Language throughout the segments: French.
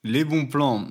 Les bons plans.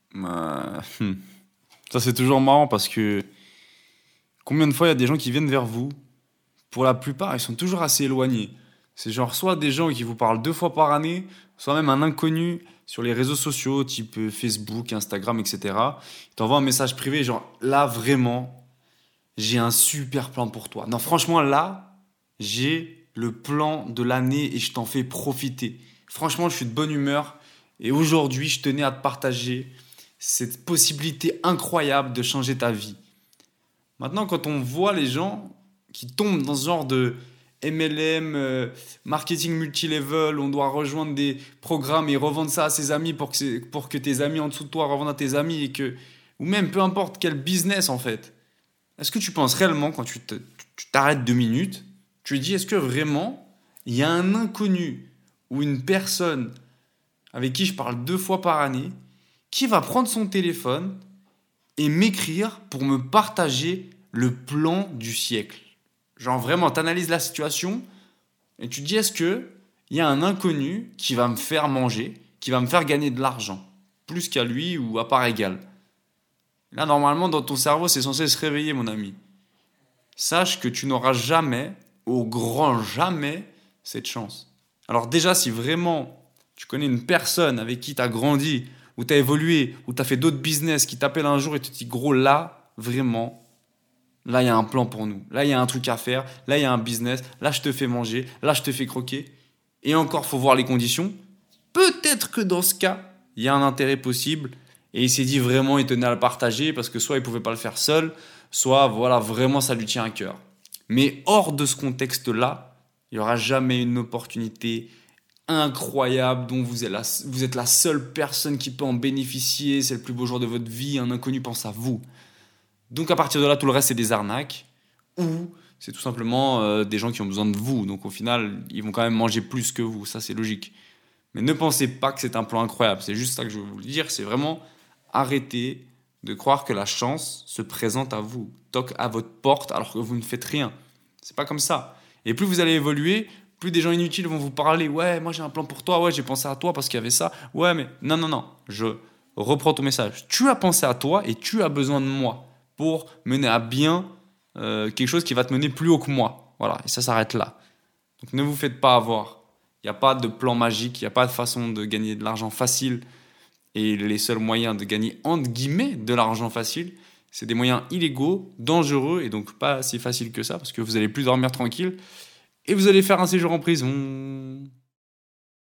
Hmm. Ça, c'est toujours marrant parce que combien de fois il y a des gens qui viennent vers vous? Pour la plupart, ils sont toujours assez éloignés. C'est genre soit des gens qui vous parlent 2 fois par année, soit même un inconnu sur les réseaux sociaux, type Facebook, Instagram, etc. Il t'envoie un message privé, genre là vraiment, j'ai un super plan pour toi. Non, franchement, là, j'ai le plan de l'année et je t'en fais profiter. Franchement, je suis de bonne humeur et aujourd'hui, je tenais à te partager cette possibilité incroyable de changer ta vie. Maintenant, quand on voit les gens qui tombent dans ce genre de MLM, marketing multilevel, on doit rejoindre des programmes et revendre ça à ses amis pour que tes amis en dessous de toi revendent à tes amis ou même peu importe quel business en fait. Est-ce que tu penses réellement, quand tu t'arrêtes 2 minutes, tu te dis, est-ce que vraiment, il y a un inconnu ou une personne avec qui je parle 2 fois par année qui va prendre son téléphone et m'écrire pour me partager le plan du siècle? Genre vraiment, t'analyses la situation et tu te dis, est-ce que il y a un inconnu qui va me faire manger, qui va me faire gagner de l'argent, plus qu'à lui ou à part égale? Là, normalement, dans ton cerveau, c'est censé se réveiller, mon ami. Sache que tu n'auras jamais, au grand jamais, cette chance. Alors déjà, si vraiment tu connais une personne avec qui tu as grandi, ou tu as évolué, ou tu as fait d'autres business, qui t'appelle un jour et te dit, gros, là, vraiment, là, il y a un plan pour nous. Là, il y a un truc à faire. Là, il y a un business. Là, je te fais manger. Là, je te fais croquer. Et encore, faut voir les conditions. Peut-être que dans ce cas, il y a un intérêt possible. Et il s'est dit vraiment, il tenait à le partager parce que soit il pouvait pas le faire seul, soit voilà, vraiment ça lui tient à cœur. Mais hors de ce contexte-là, il n'y aura jamais une opportunité incroyable dont vous êtes la seule personne qui peut en bénéficier. C'est le plus beau jour de votre vie. Un inconnu pense à vous. Donc à partir de là, tout le reste, c'est des arnaques. Ou c'est tout simplement des gens qui ont besoin de vous. Donc au final, ils vont quand même manger plus que vous. Ça, c'est logique. Mais ne pensez pas que c'est un plan incroyable. C'est juste ça que je veux vous le dire. C'est vraiment arrêter de croire que la chance se présente à vous, toque à votre porte alors que vous ne faites rien. C'est pas comme ça. Et plus vous allez évoluer, plus des gens inutiles vont vous parler. Ouais, moi j'ai un plan pour toi. Ouais, j'ai pensé à toi parce qu'il y avait ça. Ouais, mais non, non, non. Je reprends ton message. Tu as pensé à toi et tu as besoin de moi pour mener à bien quelque chose qui va te mener plus haut que moi. Voilà, et ça s'arrête là. Donc ne vous faites pas avoir. Il n'y a pas de plan magique, il n'y a pas de façon de gagner de l'argent facile. Et les seuls moyens de gagner, entre guillemets, de l'argent facile, c'est des moyens illégaux, dangereux, et donc pas si facile que ça, parce que vous allez plus dormir tranquille, et vous allez faire un séjour en prison.